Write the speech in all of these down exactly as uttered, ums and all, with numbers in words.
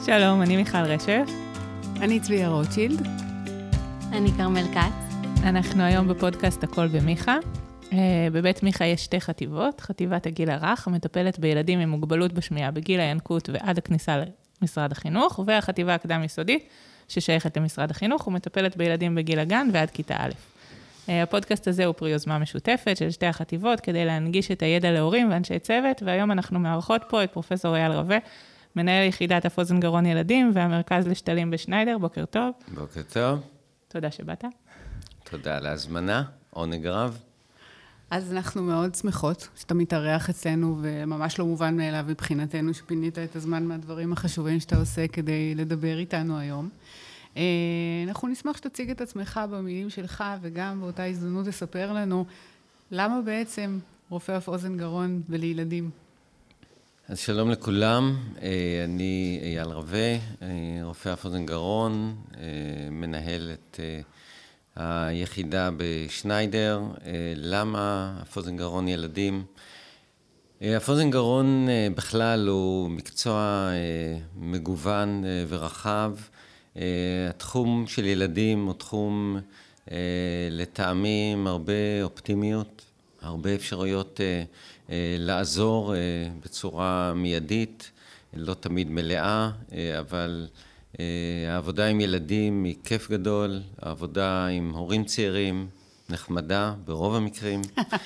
שלום, אני מיכל רשף. אני צביה רוטשילד. אני כרמל כץ. אנחנו היום בפודקאסט הכל במיכה. בבית מיכה יש שתי חטיבות, חטיבת הגיל הרך, המטפלת בילדים עם מוגבלות בשמיעה בגיל הינקות ועד הכניסה למשרד החינוך, והחטיבה הקדם יסודית, ששייכת למשרד החינוך, ומטפלת בילדים בגיל הגן ועד כיתה א'. הפודקאסט הזה הוא פרי יוזמה משותפת של שתי החטיבות, כדי להנגיש את הידע להורים ואנשי צוות, והיום אנחנו מארחות פה את פרופסור אייל רווה, מנהל יחידת אף אוזן גרון ילדים והמרכז לשתלים בשניידר. בוקר טוב. בוקר טוב. תודה שבאת. תודה על ההזמנה, עונג רב. אז אנחנו מאוד שמחות שאתה מתארח אצלנו, וממש לא מובן מאליו מבחינתנו שפינית את הזמן מהדברים החשובים שאתה עושה כדי לדבר איתנו היום. אנחנו נשמח שתציג את עצמך במילים שלך, וגם באותה הזדמנות לספר לנו למה בעצם רופא אף אוזן גרון ולילדים. אז שלום לכולם, אני אייל רווה, רופא אף אוזן גרון, מנהל את היחידה בשניידר. למה אף אוזן גרון ילדים? אף אוזן גרון בכלל הוא מקצוע מגוון ורחב. התחום של ילדים הוא תחום לטעמי עם הרבה אופטימיות, הרבה אפשרויות לעזור בצורה מיידית, לא תמיד מלאה, אבל העבודה עם ילדים היא כיף גדול, העבודה עם הורים צעירים נחמדה ברוב המקרים,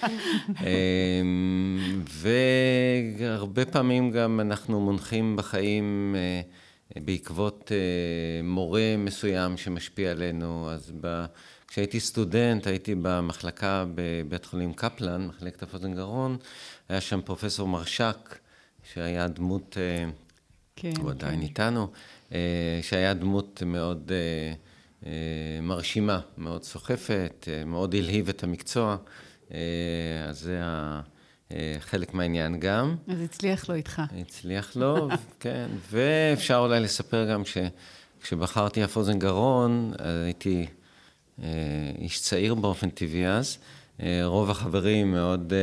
והרבה פעמים גם אנחנו מונחים בחיים בעקבות מורה מסוים שמשפיע עלינו. אז ב... כשהייתי סטודנט, הייתי במחלקה בבית חולים קפלן, מחלקת אף אוזן גרון, היה שם פרופסור מרשק, שהיה דמות, כן, הוא עדיין כן. איתנו, שהיה דמות מאוד מרשימה, מאוד סוחפת, מאוד הלהיב את המקצוע, אז זה חלק מהעניין גם. אז הצליח לו איתך. הצליח לו, כן, ואפשר אולי לספר גם שכשבחרתי אף אוזן גרון, הייתי איש צעיר באופן טבעי אז, רוב החברים מאוד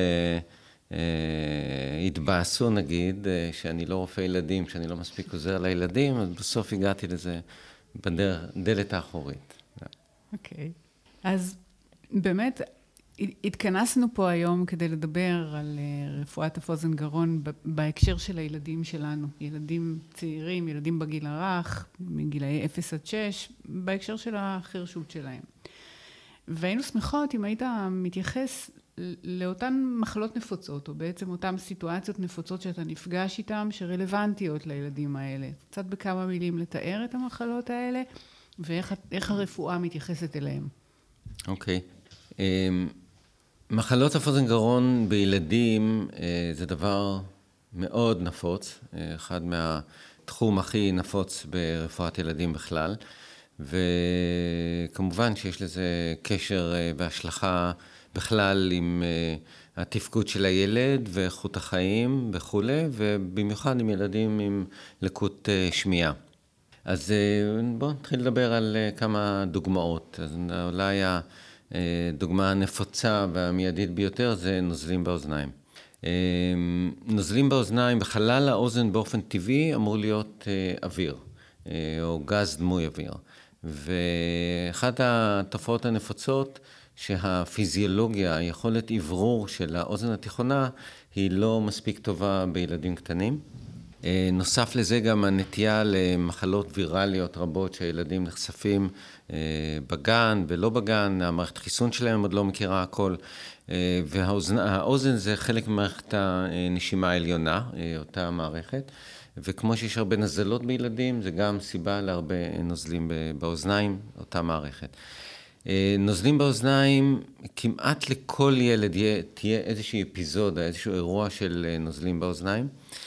התבאסו נגיד, שאני לא רופא ילדים, שאני לא מספיק עוזר לילדים, אז בסוף הגעתי לזה בדלת האחורית. אוקיי, אז באמת התכנסנו פה היום כדי לדבר על רפואת אף אוזן גרון בהקשר של הילדים שלנו, ילדים צעירים, ילדים בגיל הרך, מגילאי אפס עד שש, בהקשר של החירשות שלהם. והיינו שמחות אם היית מתייחס לאותן מחלות נפוצות, או בעצם אותן סיטואציות נפוצות שאתה נפגש איתן, שרלוונטיות לילדים האלה. קצת בכמה מילים לתאר את המחלות האלה, ואיך הרפואה מתייחסת אליהם. אוקיי. מחלות אף אוזן גרון בילדים זה דבר מאוד נפוץ, אחד מהתחום הכי נפוץ ברפואת ילדים בכלל, וכמובן שיש לזה קשר והשלכה בכלל עם התפקוד של הילד ואיכות החיים וכו', ובמיוחד עם ילדים עם לקות שמיעה. אז בואו נתחיל לדבר על כמה דוגמאות. אז אולי הדוגמה הנפוצה והמיידית ביותר זה נוזלים באוזניים. נוזלים באוזניים, בחלל האוזן באופן טבעי אמור להיות אוויר, או גז דמוי אוויר. ואחת התופעות הנפוצות שהפיזיולוגיה, היכולת עברור של האוזן התיכונה, היא לא מספיק טובה בילדים קטנים. נוסף לזה גם הנטייה למחלות ויראליות רבות שהילדים נחשפים בגן ולא בגן, המערכת חיסון שלהם עוד לא מכירה הכל, והאוזן זה חלק ממערכת הנשימה העליונה, אותה מערכת, וכמו שיש הרבה נזלות בילדים, זה גם סיבה להרבה נוזלים באוזניים, אותה מערכת. נוזלים באוזניים, כמעט לכל ילד תהיה איזושהי אפיזודה, איזשהו אירוע של נוזלים באוזניים,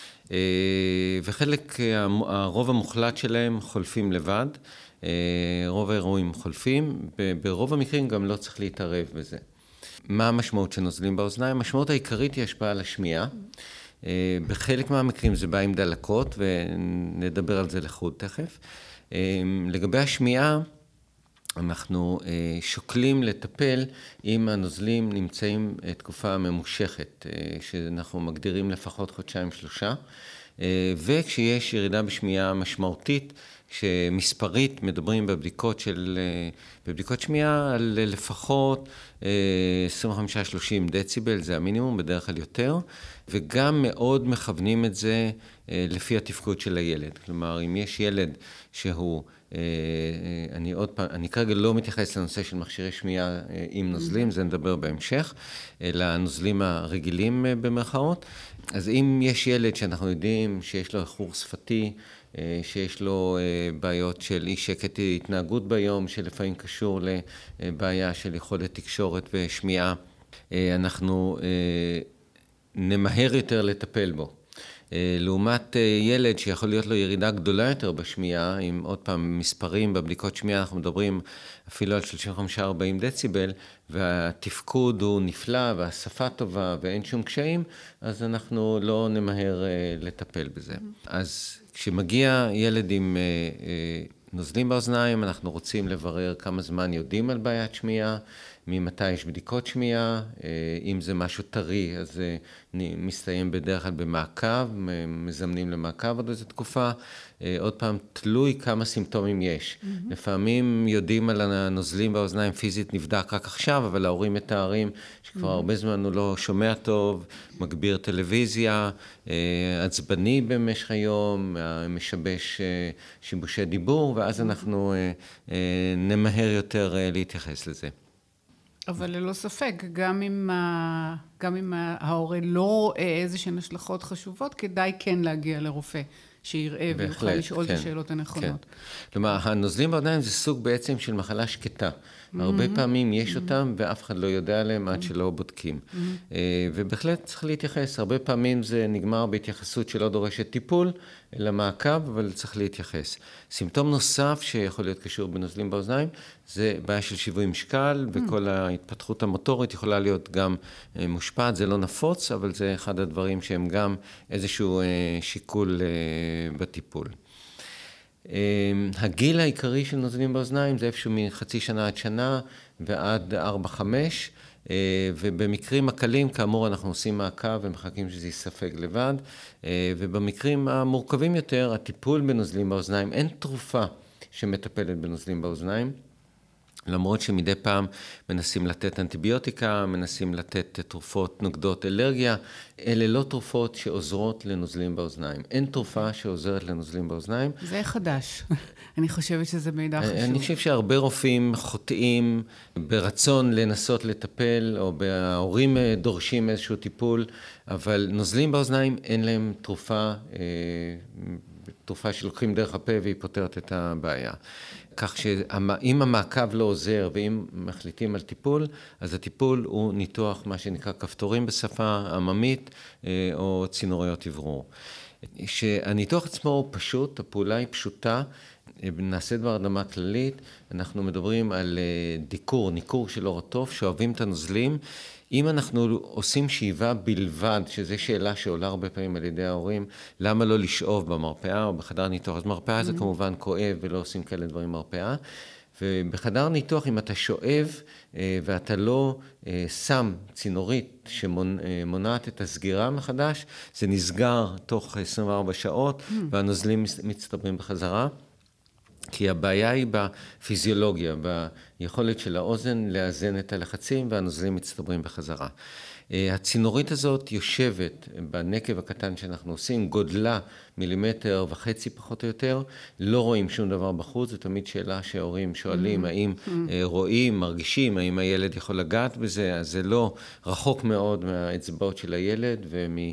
וחלק, הרוב המוחלט שלהם חולפים לבד, רוב האירועים חולפים, ברוב המקרים גם לא צריך להתערב בזה. מה המשמעות של נוזלים באוזניים? המשמעות העיקרית היא השפעה על השמיעה. בחלק מהמקרים זה בא עם דלקות, ונדבר על זה לחוד תכף. לגבי השמיעה, אנחנו שוקלים לטפל אם הנוזלים נמצאים תקופה ממושכת, שאנחנו מגדירים לפחות חודשיים שלושה. וכשיש ירידה בשמיעה משמעותית, שמספרית מדברים בבדיקות של, בבדיקות שמיעה על לפחות עשרים וחמש שלושים דציבל, זה המינימום, בדרך כלל יותר, וגם מאוד מכוונים את זה לפי התפקוד של הילד. כלומר, אם יש ילד שהוא, אני עוד פעם, אני כרגע לא מתייחס לנושא של מכשירי שמיעה עם נוזלים, זה נדבר בהמשך, לנוזלים הרגילים במרכאות. אז אם יש ילד שאנחנו יודעים שיש לו איחור שפתי, שיש לו בעיות של אי שקט התנהגות ביום, שלפעמים קשור לבעיה של יכולת תקשורת ושמיעה, אנחנו נמהר יותר לטפל בו. לעומת ילד שיכול להיות לו ירידה גדולה יותר בשמיעה, עם עוד פעם מספרים בבדיקות שמיעה, אנחנו מדברים אפילו על שלושים וחמש ארבעים דציבל, והתפקוד הוא נפלא והשפה טובה ואין שום קשיים, אז אנחנו לא נמהר לטפל בזה. אז כשמגיע ילד עם נוזלים באוזניים, אנחנו רוצים לברר כמה זמן יודעים על בעיית שמיעה, ממתי יש בדיקות שמיעה, אם זה משהו טרי, אז זה מסתיים בדרך כלל במעקב, מזמנים למעקב עוד איזו תקופה, עוד פעם, תלוי כמה סימפטומים יש. Mm-hmm. לפעמים יודעים על הנוזלים באוזניים פיזית נבדק רק עכשיו, אבל ההורים מתארים שכבר mm-hmm. הרבה זמן הוא לא שומע טוב, מגביר טלוויזיה, עצבני במשך היום, משבש שיבושי דיבור, ואז mm-hmm. אנחנו נמהר יותר להתייחס לזה. אבל ללא ספק, גם אם, ה... גם אם ההורה לא רואה איזה שהן השלכות חשובות, כדאי כן להגיע לרופא שיראה ויוכל לשאול כן, את השאלות הנכונות. כן. כלומר, הנוזלים באוזניים זה סוג בעצם של מחלה שקטה. Mm-hmm. הרבה פעמים יש אותם ואף אחד לא יודע עליהם עד שלא בודקים. Mm-hmm. ובהחלט צריך להתייחס. הרבה פעמים זה נגמר בהתייחסות שלא דורשת טיפול, אלא מעקב, אבל צריך להתייחס. סימפטום נוסף שיכול להיות קשור בנוזלים באוזניים, זה בעיה של שיווי משקל, mm-hmm. וכל ההתפתחות המוטורית יכולה להיות גם מושפעת. זה לא נפוץ, אבל זה אחד הדברים שהם גם איזשהו שיקול בטיפול. הגיל העיקרי של נוזלים באוזניים זה איפשהו מחצי שנה עד שנה ועד ארבע חמש, ובמקרים הקלים כאמור אנחנו עושים מעקב ומחכים שזה יספג לבד, ובמקרים המורכבים יותר הטיפול בנוזלים באוזניים, אין תרופה שמטפלת בנוזלים באוזניים, למרות שמדי פעם מנסים לתת אנטיביוטיקה, מנסים לתת תרופות נוגדות אלרגיה, אלה לא תרופות שעוזרות לנוזלים באוזניים. אין תרופה שעוזרת לנוזלים באוזניים. זה חדש. אני חושבת שזה מידע חשוב. אני חושב שהרבה רופאים חוטאים ברצון לנסות לטפל, או ההורים דורשים איזשהו טיפול, אבל נוזלים באוזניים אין להם תרופה, תרופה שלוקחים דרך הפה והיא פותרת את הבעיה. כך שאם המעקב לא עוזר ואם מחליטים על טיפול, אז הטיפול הוא ניתוח מה שנקרא כפתורים בשפה עממית או צינוריות אוורור. שהניתוח עצמו הוא פשוט, הפעולה היא פשוטה, נעשית בהרדמה כללית, אנחנו מדברים על דיקור, ניקור של אור התוף, שואבים את הנוזלים. אם אנחנו עושים שאיבה בלבד, שזו שאלה שעולה הרבה פעמים על ידי ההורים, למה לא לשאוב במרפאה או בחדר ניתוח? אז מרפאה mm-hmm. זה כמובן כואב ולא עושים כאלה דברים מרפאה. ובחדר ניתוח, אם אתה שואב ואתה לא שם צינורית שמונעת את הסגירה מחדש, זה נסגר תוך עשרים וארבע שעות mm-hmm. והנוזלים מצטברים בחזרה. כי הבעיה היא בפיזיולוגיה, ביכולת של האוזן לאזן את הלחצים והנוזלים מצטברים בחזרה. הצינורית הזאת יושבת בנקב הקטן שאנחנו עושים, גודלה מילימטר וחצי פחות או יותר, לא רואים שום דבר בחוץ, זו תמיד שאלה שההורים שואלים, האם רואים, מרגישים, האם הילד יכול לגעת בזה, אז זה לא רחוק מאוד מהאצבעות של הילד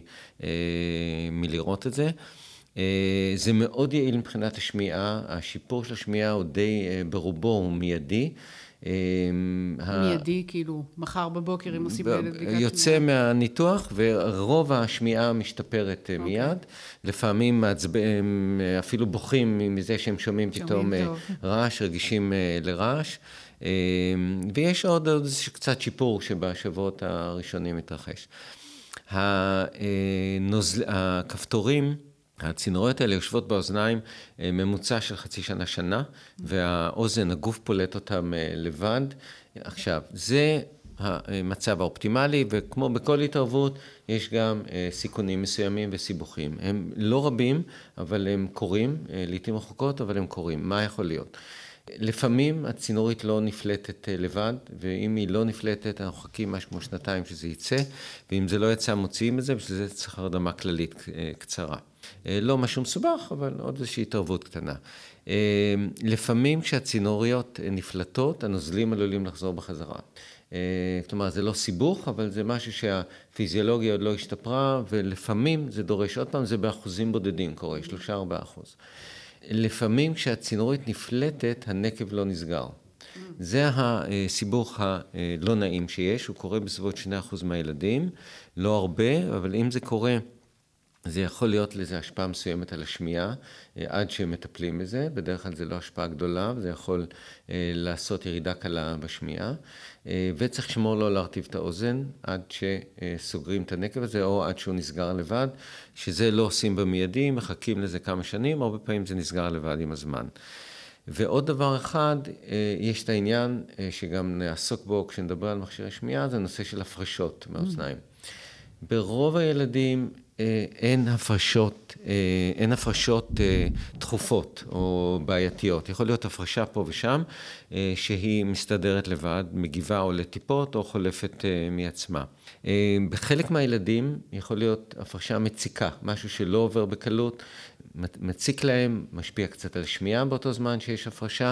ומלראות את זה. זה מאוד יעיל מבחינת השמיעה, השיפור של השמיעה הוא די ברובו, הוא מיידי. מיידי, כאילו, מחר בבוקר אם עושים ילד בדיקת שמיעה? יוצא מהניתוח ורוב השמיעה משתפרת מיד. לפעמים אפילו בוכים מזה שהם שומעים פתאום רעש, רגישים לרעש. ויש עוד קצת שיפור שבשבועות הראשונים מתרחש. הכפתורים, הצינוריות האלה יושבות באוזניים ממוצע של חצי שנה שנה, והאוזן, הגוף פולט אותם לבד. עכשיו, זה המצב האופטימלי, וכמו בכל התערבות, יש גם סיכונים מסוימים וסיבוכים. הם לא רבים, אבל הם קורים, לעתים רחוקות, אבל הם קורים. מה יכול להיות? לפעמים הצינורית לא נפלטת לבד, ואם היא לא נפלטת, אנחנו חכים משהו כמו שנתיים שזה יצא, ואם זה לא יצא, מוציאים את זה, בשביל זה צריך הרדמה כללית קצרה. לא משהו מסובך, אבל עוד איזושהי התערבות קטנה. לפעמים כשהצינוריות נפלטות, הנוזלים עלולים לחזור בחזרה. כלומר, זה לא סיבוך, אבל זה משהו שהפיזיולוגיה עוד לא השתפרה, ולפעמים זה דורש עוד פעם, זה באחוזים בודדים קורה, שלושה ארבעה אחוז. לפעמים כשהצינורית נפלטת, הנקב לא נסגר. זה הסיבוך הלא נעים שיש, הוא קורה בסביבות שני אחוז מהילדים, לא הרבה, אבל אם זה קורה, זה יכול להיות לזה השפעה מסוימת על השמיעה, עד שהם מטפלים בזה, בדרך כלל זה לא השפעה גדולה, וזה יכול לעשות ירידה קלה בשמיעה, וצריך לשמור לו להרטיב את האוזן, עד שסוגרים את הנקב הזה, או עד שהוא נסגר לבד, שזה לא עושים במיידי, מחכים לזה כמה שנים, הרבה פעמים זה נסגר לבד עם הזמן. ועוד דבר אחד, יש את העניין שגם נעסוק בו כשנדבר על מכשירי שמיעה, זה הנושא של הפרשות מהאוזניים. ברוב הילדים אין הפרשות, אין הפרשות דחופות או בעייתיות. יכול להיות הפרשה פה ושם, שהיא מסתדרת לבד, מגיבה או לטיפות או חולפת מעצמה. בחלק מהילדים יכול להיות הפרשה מציקה, משהו שלא עובר בקלות, מציק להם, משפיע קצת על שמיעה באותו זמן שיש הפרשה,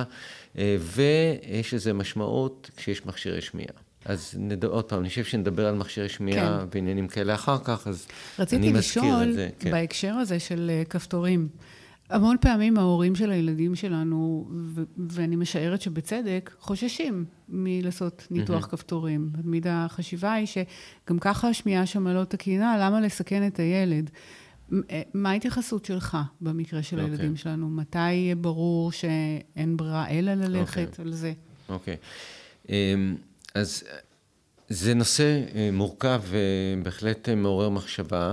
ויש איזו משמעות כשיש מכשירי שמיעה. אז נד... עוד פעם, אני חושב שנדבר על מכשירי שמיעה כן. ועניינים כאלה אחר כך, אז אני מזכיר את זה. רציתי לשאול, כן. בהקשר הזה של כפתורים, המון פעמים ההורים של הילדים שלנו, ו- ואני משערת שבצדק, חוששים מלעשות ניתוח mm-hmm. כפתורים. תמיד החשיבה היא שגם ככה השמיעה שם לא תקינה, למה לסכן את הילד? מה ההתייחסות שלך במקרה של okay. הילדים שלנו? מתי יהיה ברור שאין ברירה אלא ללכת okay. על זה? אוקיי. Okay. Um, אז זה נושא מורכב ובהחלט מעורר מחשבה.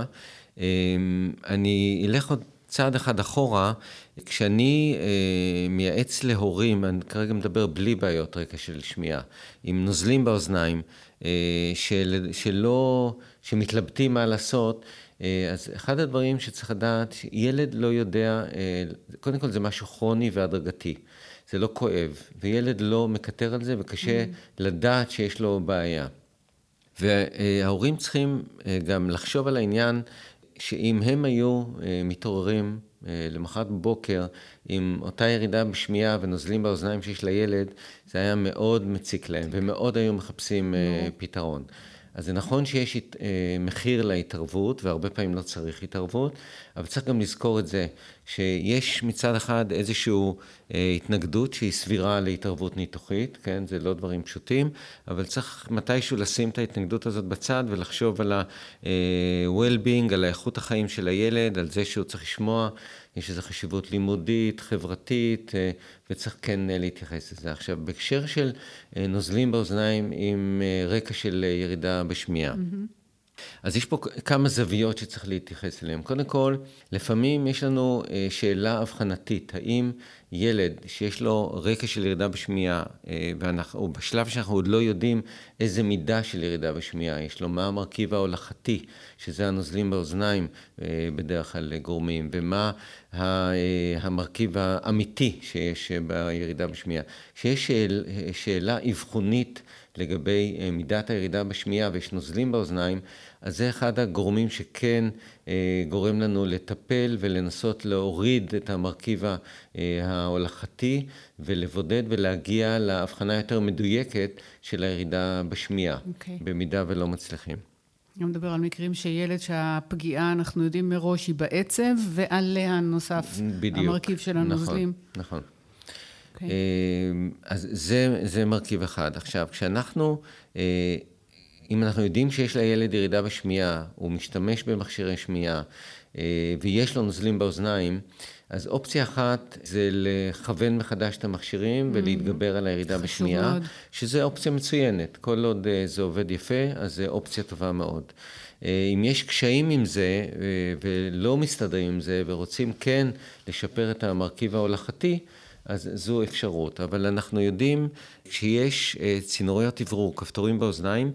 אני אלך עוד צעד אחד אחורה, כשאני מייעץ להורים, אני כרגע מדבר בלי בעיות רקע של שמיעה, עם נוזלים באוזניים, של, שלא, שמתלבטים מה לעשות, אז אחד הדברים שצריך לדעת, ילד לא יודע, קודם כל זה משהו כרוני והדרגתי. זה לא כואב, וילד לא מקטר על זה, וקשה mm. לדעת שיש לו בעיה. וההורים צריכים גם לחשוב על העניין, שאם הם היו מתעוררים למחרת בבוקר, עם אותה ירידה בשמיעה ונוזלים באוזניים שיש לילד, זה היה מאוד מציק להם, ומאוד היו מחפשים mm. פתרון. אז זה נכון שיש מחיר להתערבות, והרבה פעמים לא צריך התערבות, אבל צריך גם לזכור את זה, שיש מצד אחד איזושהי התנגדות שהיא סבירה להתערבות ניתוחית, כן? זה לא דברים פשוטים, אבל צריך מתישהו לשים את ההתנגדות הזאת בצד, ולחשוב על ה-well-being, על האיכות החיים של הילד, על זה שהוא צריך לשמוע, יש איזו חשיבות לימודית, חברתית, וצריך כן להתייחס לזה. עכשיו, בהקשר של נוזלים באוזניים עם רקע של ירידה בשמיעה. Mm-hmm. אז יש פה כמה זוויות שצריך להתייחס אליהן. קודם כל, לפעמים יש לנו שאלה הבחנתית, האם ילד שיש לו רקע של ירידה בשמיעה, או בשלב שאנחנו עוד לא יודעים איזה מידה של ירידה בשמיעה, יש לו מה המרכיב ההולכתי, שזה הנוזלים באוזניים בדרך כלל גורמים, ומה המרכיב האמיתי שיש בירידה בשמיעה. שיש שאלה אבחונית לגבי מידת הירידה בשמיעה ויש נוזלים באוזניים, אז זה אחד הגורמים שכן גורם לנו לטפל ולנסות להוריד את המרכיב ההולכתי ולבודד ולהגיע להבחנה יותר מדויקת של הירידה בשמיעה, okay. במידה ולא מצליחים. אני מדבר על מקרים שילד שהפגיעה אנחנו יודעים מראש היא בעצב ועליה נוסף בדיוק. המרכיב של הנוזלים. נכון, נכון. Okay. אז זה, זה מרכיב אחד. עכשיו, כשאנחנו, אם אנחנו יודעים שיש לילד ירידה בשמיעה, הוא משתמש במכשירי שמיעה, ויש לו נוזלים באוזניים, אז אופציה אחת זה לכוון מחדש את המכשירים ולהתגבר על הירידה בשמיעה, שזה אופציה מצוינת. כל עוד זה עובד יפה, אז זה אופציה טובה מאוד. אם יש קשיים עם זה ולא מסתדרים עם זה ורוצים כן לשפר את המרכיב ההולכתי, אז זו אפשרות. אבל אנחנו יודעים שיש צינוריות עברור, כפתורים באוזניים,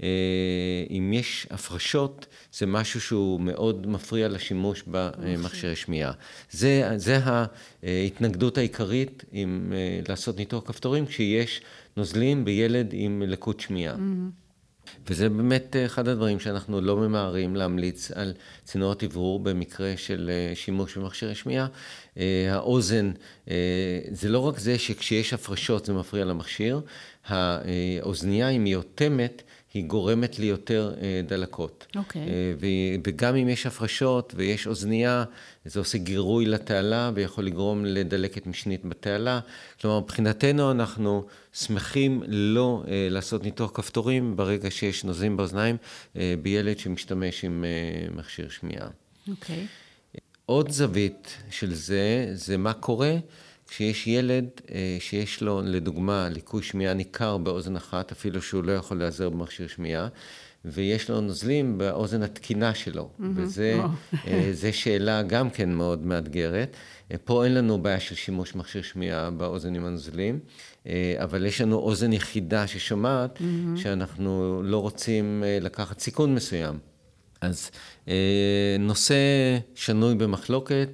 אם יש הפרשות, זה משהו שהוא מאוד מפריע לשימוש במכשירי שמיעה. זה, זה ההתנגדות העיקרית עם לעשות ניתוח כפתורים, כשיש נוזלים בילד עם לקות שמיעה. וזה באמת אחד הדברים שאנחנו לא ממהרים להמליץ על צינורות עברור במקרה של שימוש במכשירי שמיעה. האוזן, זה לא רק זה שכשיש הפרשות זה מפריע למכשיר, האוזנייה היא מיותמת, היא גורמת לי יותר דלקות. אוקיי. וגם אם יש הפרשות ויש אוזנייה, זה עושה גירוי לתעלה ויכול לגרום לדלקת משנית בתעלה. כלומר, מבחינתנו אנחנו שמחים לא לעשות ניתוח כפתורים ברגע שיש נוזלים באוזניים בילד שמשתמש עם מכשיר שמיעה. אוקיי. עוד זווית של זה, זה מה קורה כשיש ילד שיש לו, לדוגמה, ליקוי שמיעה ניכר באוזן אחת, אפילו שהוא לא יכול לעזר במכשיר שמיעה, ויש לו נוזלים באוזן התקינה שלו, mm-hmm. וזה oh. זה שאלה גם כן מאוד מאתגרת. פה אין לנו בעיה של שימוש מכשיר שמיעה באוזן עם הנוזלים, אבל יש לנו אוזן יחידה ששומעת, mm-hmm. שאנחנו לא רוצים לקחת סיכון מסוים. אז נושא שנוי במחלוקת,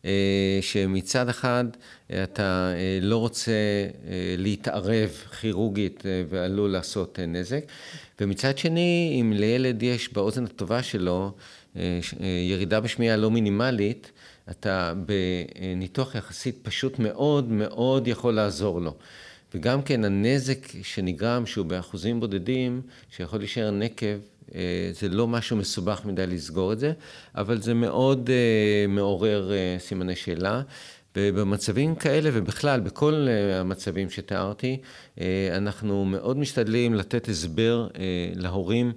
שמצד אחד אתה לא רוצה להתערב כירורגית ועלול לעשות נזק, ומצד שני, אם לילד יש באוזן הטובה שלו ירידה בשמיעה לא מינימלית, אתה בניתוח יחסית פשוט מאוד מאוד יכול לעזור לו. וגם כן הנזק שנגרם שהוא באחוזים בודדים, שיכול להישאר נקב, זה לא משהו מסובך מדי לסגור את זה, אבל זה מאוד מעורר סימני שאלה. ובמצבים כאלה ובכלל, בכל המצבים שתיארתי, אנחנו מאוד משתדלים לתת הסבר להורים,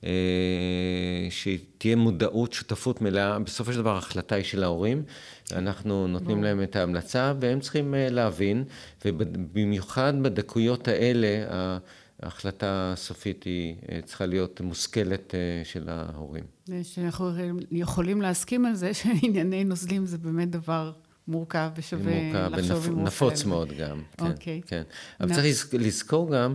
שתהיה מודעות, שותפות מלאה. בסופו של דבר, ההחלטה היא של ההורים. אנחנו נותנים להם את ההמלצה, והם צריכים להבין, ובמיוחד בדקויות האלה, ההחלטה הסופית היא צריכה להיות מושכלת של ההורים. שאנחנו יכולים להסכים על זה שענייני נוזלים זה באמת דבר מורכב ושווה לחשוב עם רופא. נפוץ מאוד גם. אוקיי. כן. אבל צריך לזכור גם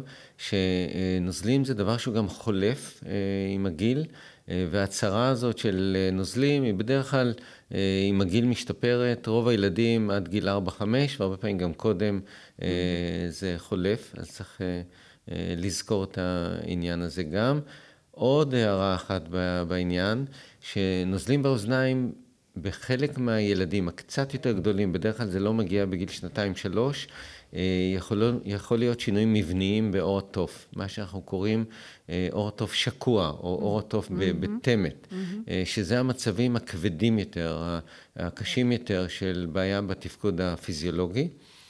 שנוזלים זה דבר שהוא גם חולף עם הגיל, והצרה הזאת של נוזלים היא בדרך כלל עם הגיל משתפרת, רוב הילדים עד גיל ארבע חמש, והרבה פעמים גם קודם זה חולף, אז צריך לזכור את העניין הזה גם. עוד הערה אחת בעניין, שנוזלים באוזניים בחלק מהילדים הקצת יותר גדולים, בדרך כלל זה לא מגיע בגיל שנתיים שלוש, יכול, יכול להיות שינויים מבניים באור התוף, מה שאנחנו קוראים אור התוף שקוע, או אור התוף mm-hmm. בתמת, mm-hmm. שזה המצבים הכבדים יותר, הקשים יותר של בעיה בתפקוד הפיזיולוגי,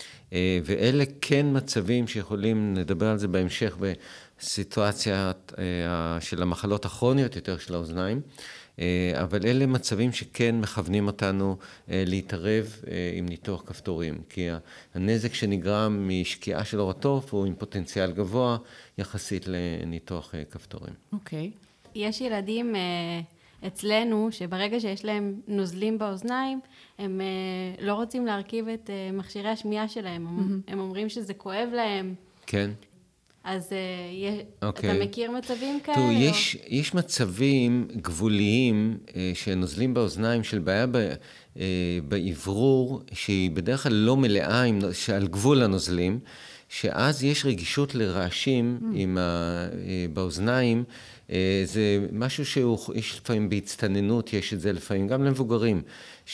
ואלה כן מצבים שיכולים, נדבר על זה בהמשך, בסיטואציה של המחלות הכרוניות יותר של האוזניים, אבל אלה מצבים שכן מכוונים אותנו להתערב עם ניתוח כפתורים, כי הנזק שנגרם משקיעה של אור התוף הוא עם פוטנציאל גבוה יחסית לניתוח כפתורים. אוקיי. יש ילדים אצלנו שברגע שיש להם נוזלים באוזניים, הם לא רוצים להרכיב את מכשירי השמיעה שלהם, הם אומרים שזה כואב להם. כן. אז uh, okay. אתה מכיר מצבים כאלה? תראו, יש, יש מצבים גבוליים uh, שנוזלים באוזניים של בעיה ב, uh, בעברור, שהיא בדרך כלל לא מלאה, עם, שעל גבול הנוזלים, שאז יש רגישות לרעשים mm. עם ה, uh, באוזניים, uh, זה משהו שיש לפעמים בהצטננות, יש את זה לפעמים גם למבוגרים,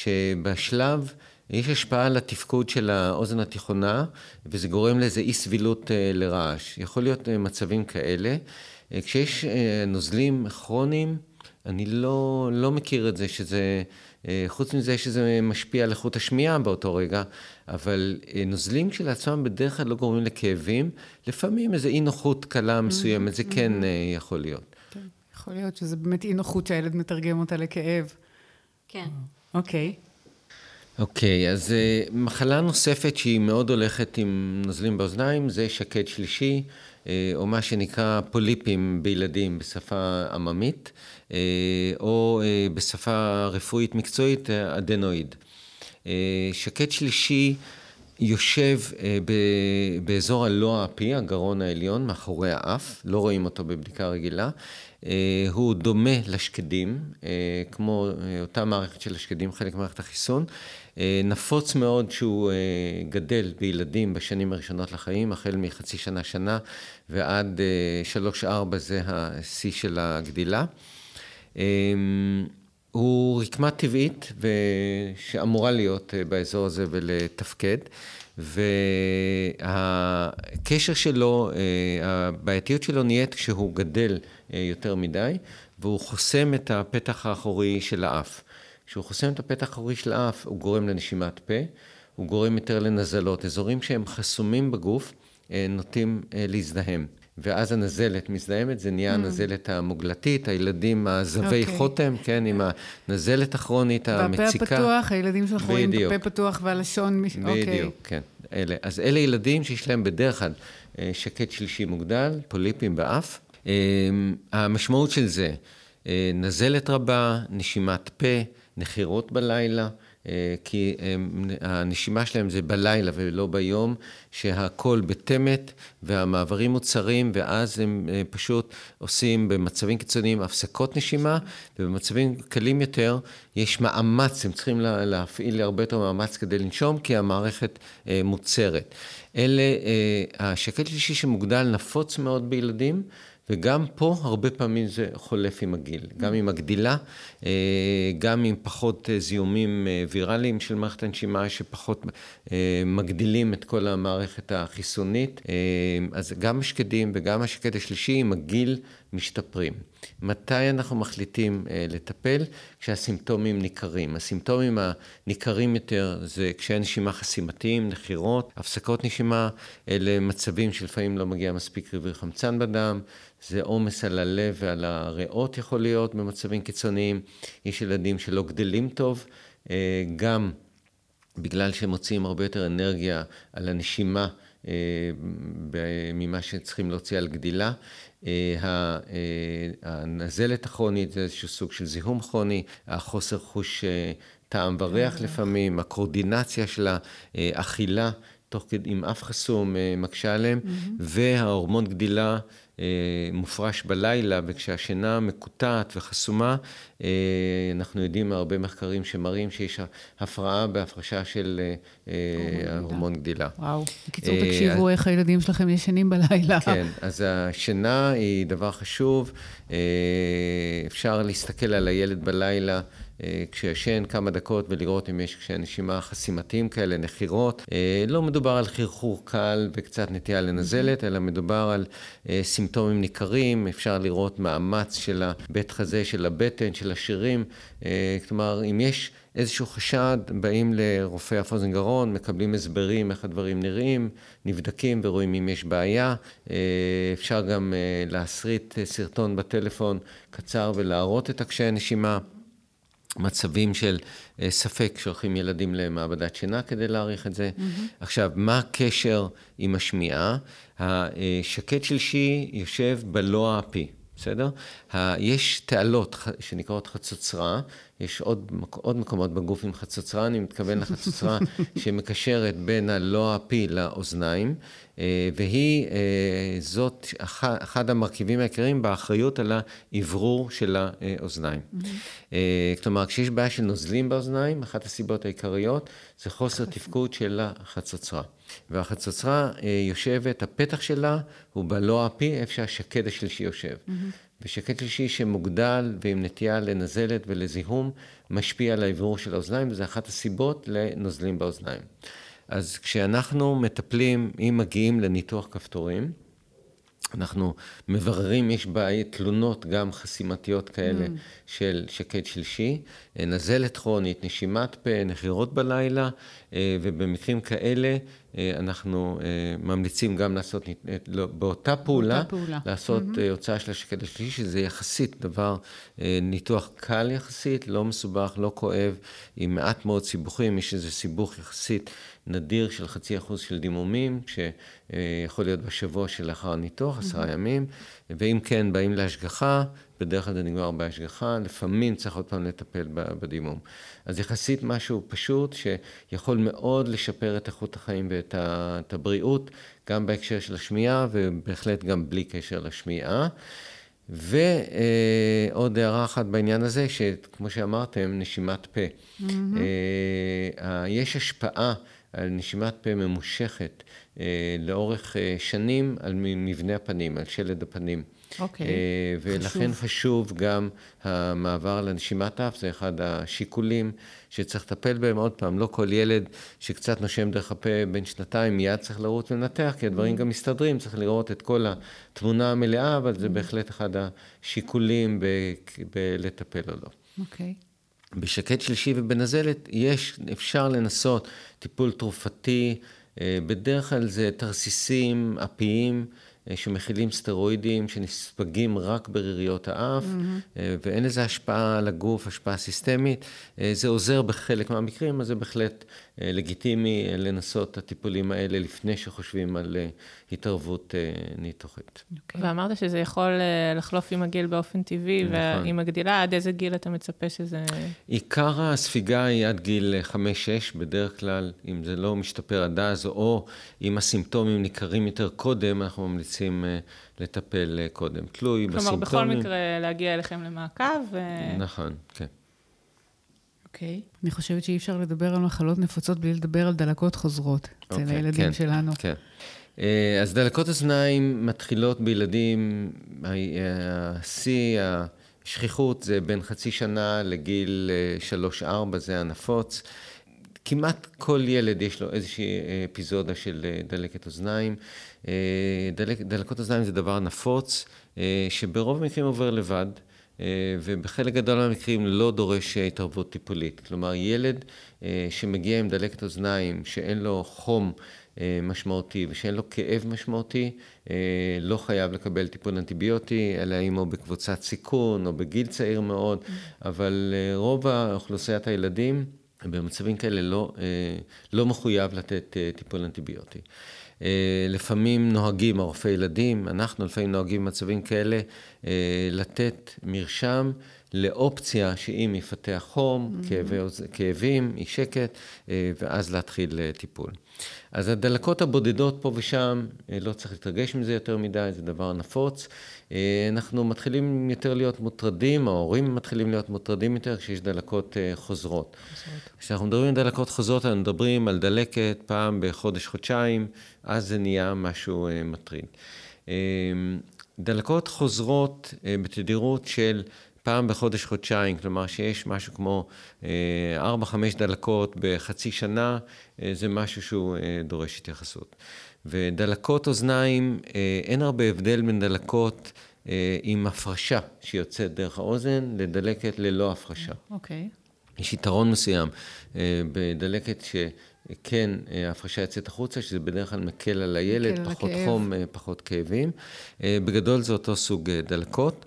שבשלב יש השפעה על התפקוד של האוזן התיכונה, וזה גורם לאיזו אי סבילות לרעש. יכול להיות מצבים כאלה. כשיש נוזלים כרוניים, אני לא, לא מכיר את זה, שזה, חוץ מזה שזה משפיע על איכות השמיעה באותו רגע, אבל נוזלים כשלעצמם בדרך כלל לא גורמים לכאבים, לפעמים איזו אי נוחות קלה מסוימת, זה כן יכול להיות. כן, יכול להיות שזה באמת אי נוחות שהילד מתרגם אותה לכאב. כן. אוקיי. אוקיי, אז מחלה נוספת שהיא מאוד הולכת עם נוזלים באוזניים, זה שקד שלישי, או מה שנקרא פוליפים בילדים בשפה עממית, או בשפה רפואית מקצועית, אדנואיד. שקד שלישי יושב ב- באזור הלוע האפי, הגרון העליון, מאחורי האף, לא רואים אותו בבדיקה רגילה. הוא דומה לשקדים, כמו אותה מערכת של השקדים, חלק מערכת החיסון. נפוץ מאוד שהוא גדל בילדים בשנים הראשונות לחיים, החל מחצי שנה, שנה, ועד שלוש ארבע זה השיא של הגדילה. הוא רקמה טבעית שאמורה להיות באזור הזה ולתפקד, והקשר שלו, הבעייתיות שלו נהיית כשהוא גדל יותר מדי, והוא חוסם את הפתח האחורי של האף. כשהוא חוסם את הפתח האחורי של האף, הוא גורם לנשימת פה, הוא גורם יותר לנזלות. אזורים שהם חסומים בגוף נוטים להזדהם. ואז הנזלת מזדהמת, זה נהיה הנזלת המוגלתית, הילדים הזווי okay. חותם, כן, עם הנזלת הכרונית המציקה. והפה הפתוח, הילדים שלך רואים בפה פתוח והלשון, בדיוק, okay. כן. אלה. אז אלה ילדים שיש להם בדרך כלל שקט שלישי מוגדל, פוליפים באף. המשמעות של זה, נזלת רבה, נשימת פה, נחירות בלילה, כי הנשימה שלהם זה בלילה ולא ביום, שהכל בתמת והמעברים מוצרים, ואז הם פשוט עושים במצבים קיצוניים הפסקות נשימה, ובמצבים קלים יותר יש מאמץ, הם צריכים להפעיל הרבה יותר מאמץ כדי לנשום, כי המערכת מוצרת. אלה, השקט שלישי שמוגדל נפוץ מאוד בילדים, וגם פה הרבה פעמים זה חולף עם הגיל, גם עם הגדילה, גם עם פחות זיהומים ויראליים של מערכת הנשימה שפחות מגדילים את כל המערכת החיסונית, אז גם השקדים וגם השקד השלישי עם הגיל משתפרים. מתי אנחנו מחליטים לטפל? כשהסימפטומים ניכרים. הסימפטומים הניכרים יותר זה כשאין נשימה חסימתיים, נחירות, הפסקות נשימה, אלה מצבים שלפעמים לא מגיע מספיק ריבוי חמצן בדם, זה עומס על הלב ועל הריאות יכול להיות במצבים קיצוניים, יש ילדים שלא גדלים טוב, גם בגלל שהם מוציאים הרבה יותר אנרגיה על הנשימה ממה שצריכים להוציא על גדילה. הנזלת הכרונית זה איזשהו סוג של זיהום כרוני, החוסר חוש טעם וריח לפעמים, הקורדינציה של האכילה, תוך כדי עם אף חסום מקשה עליהם, וההורמון גדילה מופרש בלילה, וכשהשינה מקוטעת וחסומה, אנחנו יודעים מהרבה מחקרים שמראים שיש הפרעה בהפרשה של ההורמון גדילה. וואו, בקיצור תקשיבו איך הילדים שלכם ישנים בלילה. כן, אז השינה היא דבר חשוב, אפשר להסתכל על הילד בלילה, כשישן כמה דקות ולראות אם יש כשהנשימה חסימתיים כאלה, נחירות. לא מדובר על חרחור קל וקצת נטייה לנזלת, אלא מדובר על סימפטומים ניכרים, אפשר לראות מאמץ של הבית חזה, של הבטן, של השירים. כלומר, אם יש איזשהו חשד, באים לרופא אף אוזן גרון, מקבלים הסברים איך הדברים נראים, נבדקים ורואים אם יש בעיה. אפשר גם להסריט סרטון בטלפון קצר ולהראות את הקשיי הנשימה. מצבים של ספק שולחים ילדים למעבדת שינה כדי להעריך את זה. Mm-hmm. עכשיו, מה הקשר עם השמיעה? השקט שלישי יושב בלוע האפי, בסדר? יש תעלות שנקראות חצוצרה, יש עוד, עוד מקומות בגוף עם חצוצרה, אני מתכוון לחצוצרה שמקשרת בין הלוע האפי לאוזניים, והיא זאת אחד, אחד המרכיבים העיקריים באחריות על האוורור של האוזניים. Mm-hmm. כלומר, כשיש בעיה של נוזלים באוזניים, אחת הסיבות העיקריות זה חוסר תפקוד של החצוצרה. והחצוצרה יושבת, הפתח שלה הוא בלוע האפי, איפה שהשקד השלישי יושב. Mm-hmm. ושקט שלישי שמוגדל ועם נטייה לנזלת ולזיהום, משפיע על האוורור של האוזניים, וזה אחת הסיבות לנוזלים באוזניים. אז כשאנחנו מטפלים, אם מגיעים לניתוח כפתורים, אנחנו מבררים, יש בעיה, תלונות גם חסימתיות כאלה mm. של שקט שלישי, נזלת כרונית, נשימת פה, נחירות בלילה, ובמקרים כאלה אנחנו ממליצים גם לעשות, באותה פעולה, פעולה. לעשות mm-hmm. הוצאה של השקט השלישי, שזה יחסית דבר, ניתוח קל יחסית, לא מסובך, לא כואב, עם מעט מאוד סיבוכים, יש איזה סיבוך יחסית נדיר של חצי אחוז של דימומים, שיכול להיות בשבוע שלאחר הניתוח, עשרה mm-hmm. ימים, ואם כן, באים להשגחה, בדרך כלל זה נגמר בהשגחה, לפעמים צריך עוד פעם לטפל בדימום. אז יחסית משהו פשוט שיכול מאוד לשפר את איכות החיים ואת הבריאות, גם בהקשר של השמיעה ובהחלט גם בלי קשר לשמיעה. ועוד הערה אחת בעניין הזה, שכמו שאמרתם, נשימת פה. Mm-hmm. יש השפעה על נשימת פה ממושכת לאורך שנים על מבנה הפנים, על שלד הפנים. אוקיי, ולכן חשוב. חשוב גם המעבר לנשימת אף, זה אחד השיקולים שצריך לטפל בהם. עוד פעם, לא כל ילד שקצת נושם דרך הפה בין שנתיים, מיד צריך לרוץ ולנתח, כי הדברים mm. גם מסתדרים, צריך לראות את כל התמונה המלאה, אבל זה mm. בהחלט אחד השיקולים בלטפל או לא. אוקיי. בשקט שלישי ובנזלת יש, אפשר לנסות טיפול תרופתי, בדרך כלל זה תרסיסים אפיים, שמכילים סטרואידים שנספגים רק בריריות האף, mm-hmm. ואין לזה השפעה על הגוף, השפעה סיסטמית. זה עוזר בחלק מהמקרים, אז זה בהחלט לגיטימי לנסות את הטיפולים האלה לפני שחושבים על התערבות ניתוחית. Okay. ואמרת שזה יכול לחלוף עם הגיל באופן טבעי, נכון. ועם הגדילה, עד איזה גיל אתה מצפה שזה... עיקר הספיגה היא עד גיל חמש שש, בדרך כלל, אם זה לא משתפר עד אז, או אם הסימפטומים ניכרים יותר קודם, אנחנו ממליצים לטפל קודם. תלוי כלומר, בסימפטומים. כלומר, בכל מקרה להגיע אליכם למעקב. ו... נכון, כן. אוקיי. Okay. אני חושבת שאי אפשר לדבר על מחלות נפוצות בלי לדבר על דלקות חוזרות אצל okay, הילדים כן, שלנו. כן. אז דלקות אוזניים מתחילות בילדים, השיא, השכיחות זה בין חצי שנה לגיל שלוש ארבע, זה הנפוץ. כמעט כל ילד יש לו איזושהי אפיזודה של דלקת אוזניים. דלק, דלקות אוזניים זה דבר נפוץ, שברוב המקרים עובר לבד, ובחלק גדול מהמקרים לא דורש התערבות טיפולית. כלומר, ילד שמגיע עם דלקת אוזניים, שאין לו חום משמעותי ושאין לו כאב משמעותי, לא חייב לקבל טיפול אנטיביוטי, אלא אם הוא בקבוצת סיכון או בגיל צעיר מאוד, אבל רוב האוכלוסיית הילדים במצבים כאלה לא, לא מחויב לתת טיפול אנטיביוטי. לפעמים נוהגים, הרופאי ילדים, אנחנו לפעמים נוהגים במצבים כאלה, לתת מרשם לאופציה שאם יפתח חום, mm-hmm. כאבי, כאבים, אי שקט, ואז להתחיל טיפול. אז הדלקות הבודדות פה ושם, לא צריך להתרגש מזה יותר מדי, זה דבר נפוץ. אנחנו מתחילים יותר להיות מוטרדים, ההורים מתחילים להיות מוטרדים יותר כשיש דלקות חוזרות. כשאנחנו מדברים על דלקות חוזרות, אנחנו מדברים על דלקת פעם בחודש, חודשיים, אז זה נהיה משהו מטריד. דלקות חוזרות בתדירות של פעם בחודש, חודשיים, כלומר שיש משהו כמו ארבע חמש דלקות בחצי שנה, זה משהו שהוא דורש התייחסות. ודלקות אוזניים, אין הרבה הבדל בין דלקות עם הפרשה שיוצאת דרך האוזן, לדלקת ללא הפרשה. אוקיי. יש יתרון מסוים בדלקת שכן ההפרשה יצאת החוצה, שזה בדרך כלל מקל על הילד, מקל פחות על חום, פחות כאבים. בגדול זה אותו סוג דלקות.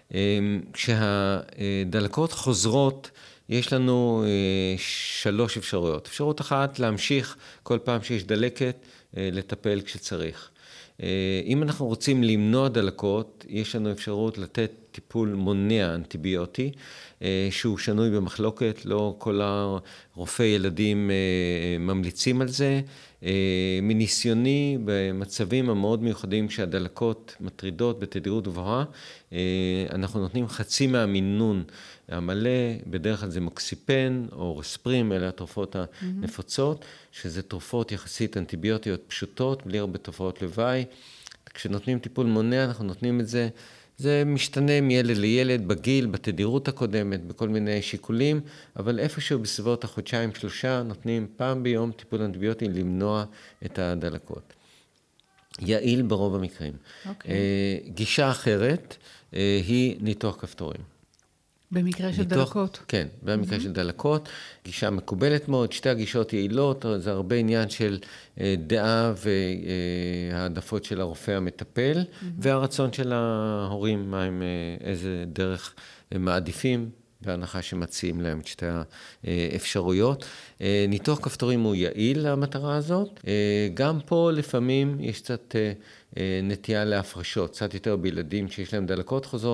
כשהדלקות חוזרות, יש לנו שלוש אפשרויות. אפשרות אחת, להמשיך כל פעם שיש דלקת, לטפל כשצריך. אם אנחנו רוצים למנוע דלקות, יש לנו אפשרות לתת טיפול מונע אנטיביוטי, שהוא שנוי במחלוקת, לא כל הרופאי ילדים ממליצים על זה. מניסיוני, במצבים המאוד מיוחדים שהדלקות מטרידות בתדירות גבוהה, אנחנו נותנים חצי מהמינון המלא, בדרך כלל זה מוקסיפן או רספרים, אלה התרופות הנפוצות, שזה תרופות יחסית אנטיביוטיות פשוטות, בלי הרבה תופעות לוואי. כשנותנים טיפול מונע, אנחנו נותנים את זה, זה משתנה מילד לילד, בגיל, בתדירות הקודמת, בכל מיני שיקולים, אבל איפשהו בסביבות החודשיים שלושה, נותנים פעם ביום טיפול אנטיביוטי למנוע את הדלקות. יעיל ברוב המקרים. Okay. גישה אחרת היא ניתוח כפתורים. במקרה של ניתוח, דלקות. כן, במקרה mm-hmm. של דלקות. גישה מקובלת מאוד, שתי הגישות יעילות, זה הרבה עניין של דעה והעדפות של הרופא המטפל, mm-hmm. והרצון של ההורים, מה הם, איזה דרך הם מעדיפים, בהנחה שמציעים להם את שתי האפשרויות. ניתוח כפתורים הוא יעיל למטרה הזאת. גם פה לפעמים יש קצת נטייה להפרשות, קצת יותר בילדים שיש להם דלקות חוזרות,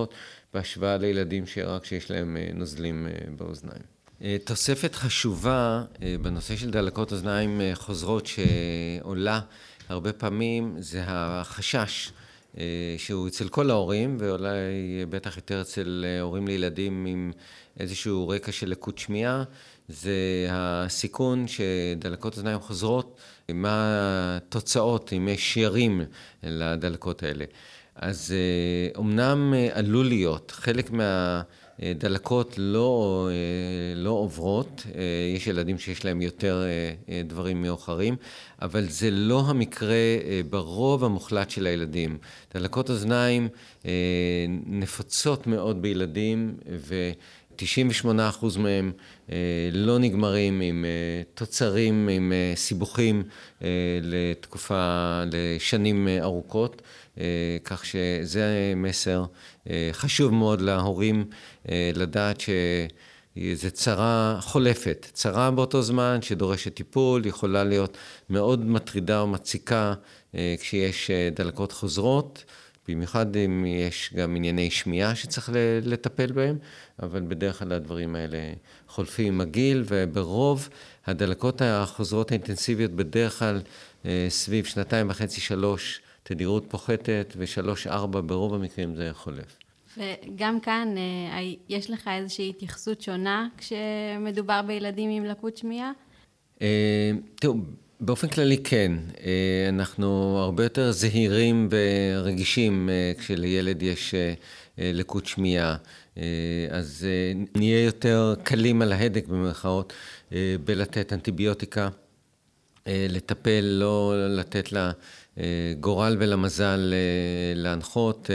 בהשוואה לילדים שרק שיש להם נוזלים באוזניים. תוספת חשובה בנושא של דלקות אוזניים חוזרות שעולה הרבה פעמים זה החשש שהוא אצל כל ההורים, ואולי בטח יותר אצל הורים לילדים עם איזשהו רקע של לקות שמיעה, זה הסיכון שדלקות אוזניים חוזרות, מה התוצאות, אם יש שיירים לדלקות האלה. אז אומנם עלול להיות, חלק מהדלקות לא, לא עוברות, יש ילדים שיש להם יותר דברים מאוחרים, אבל זה לא המקרה ברוב המוחלט של הילדים. דלקות אוזניים נפוצות מאוד בילדים, ו-תשעים ושמונה אחוז מהם לא נגמרים עם תוצרים, עם סיבוכים לתקופה, לשנים ארוכות, כך שזה מסר חשוב מאוד להורים לדעת שזה צרה חולפת, צרה באותו זמן שדורשת טיפול, יכולה להיות מאוד מטרידה ומציקה כשיש דלקות חוזרות, במיוחד אם יש גם ענייני שמיעה שצריך לטפל בהם, אבל בדרך כלל הדברים האלה חולפים עם הגיל, וברוב הדלקות החוזרות האינטנסיביות בדרך כלל סביב שנתיים וחצי, שלוש, תדירות פוחתת, ושלוש, ארבע, ברוב המקרים זה חולף. וגם כאן יש לך איזושהי התייחסות שונה כשמדובר בילדים עם לקות שמיעה? תראו, באופן כללי כן, אנחנו הרבה יותר זהירים ורגישים כשלילד יש לקות שמיעה, אז נהיה יותר קלים על ההדק במרכאות בלתת אנטיביוטיקה, לטפל, לא לתת לה גורל ולמזל להנחות,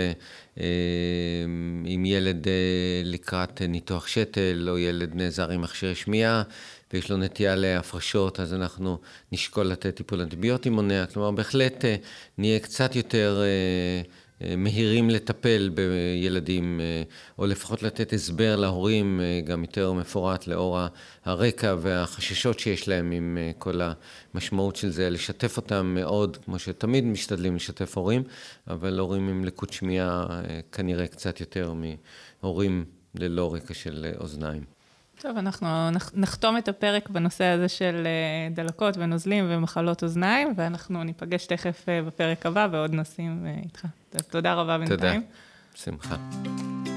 אם ילד לקראת ניתוח שתל או ילד נעזר עם מכשיר שמיעה ויש לו נטייה להפרשות, אז אנחנו נשקול לתת טיפול אנטיביוטי מונע, כלומר בהחלט נהיה קצת יותר מהירים לטפל בילדים, או לפחות לתת הסבר להורים גם יותר מפורט לאור הרקע והחששות שיש להם עם כל המשמעות של זה, לשתף אותם מאוד, כמו שתמיד משתדלים לשתף הורים, אבל הורים עם לקות שמיעה כנראה קצת יותר מהורים ללא רקע של אוזניים. טוב, אנחנו נחתום את הפרק בנושא הזה של דלקות ונוזלים ומחלות אוזניים, ואנחנו ניפגש תכף בפרק הבא ועוד נושאים איתך. תודה רבה בינתיים. תודה, שמחה.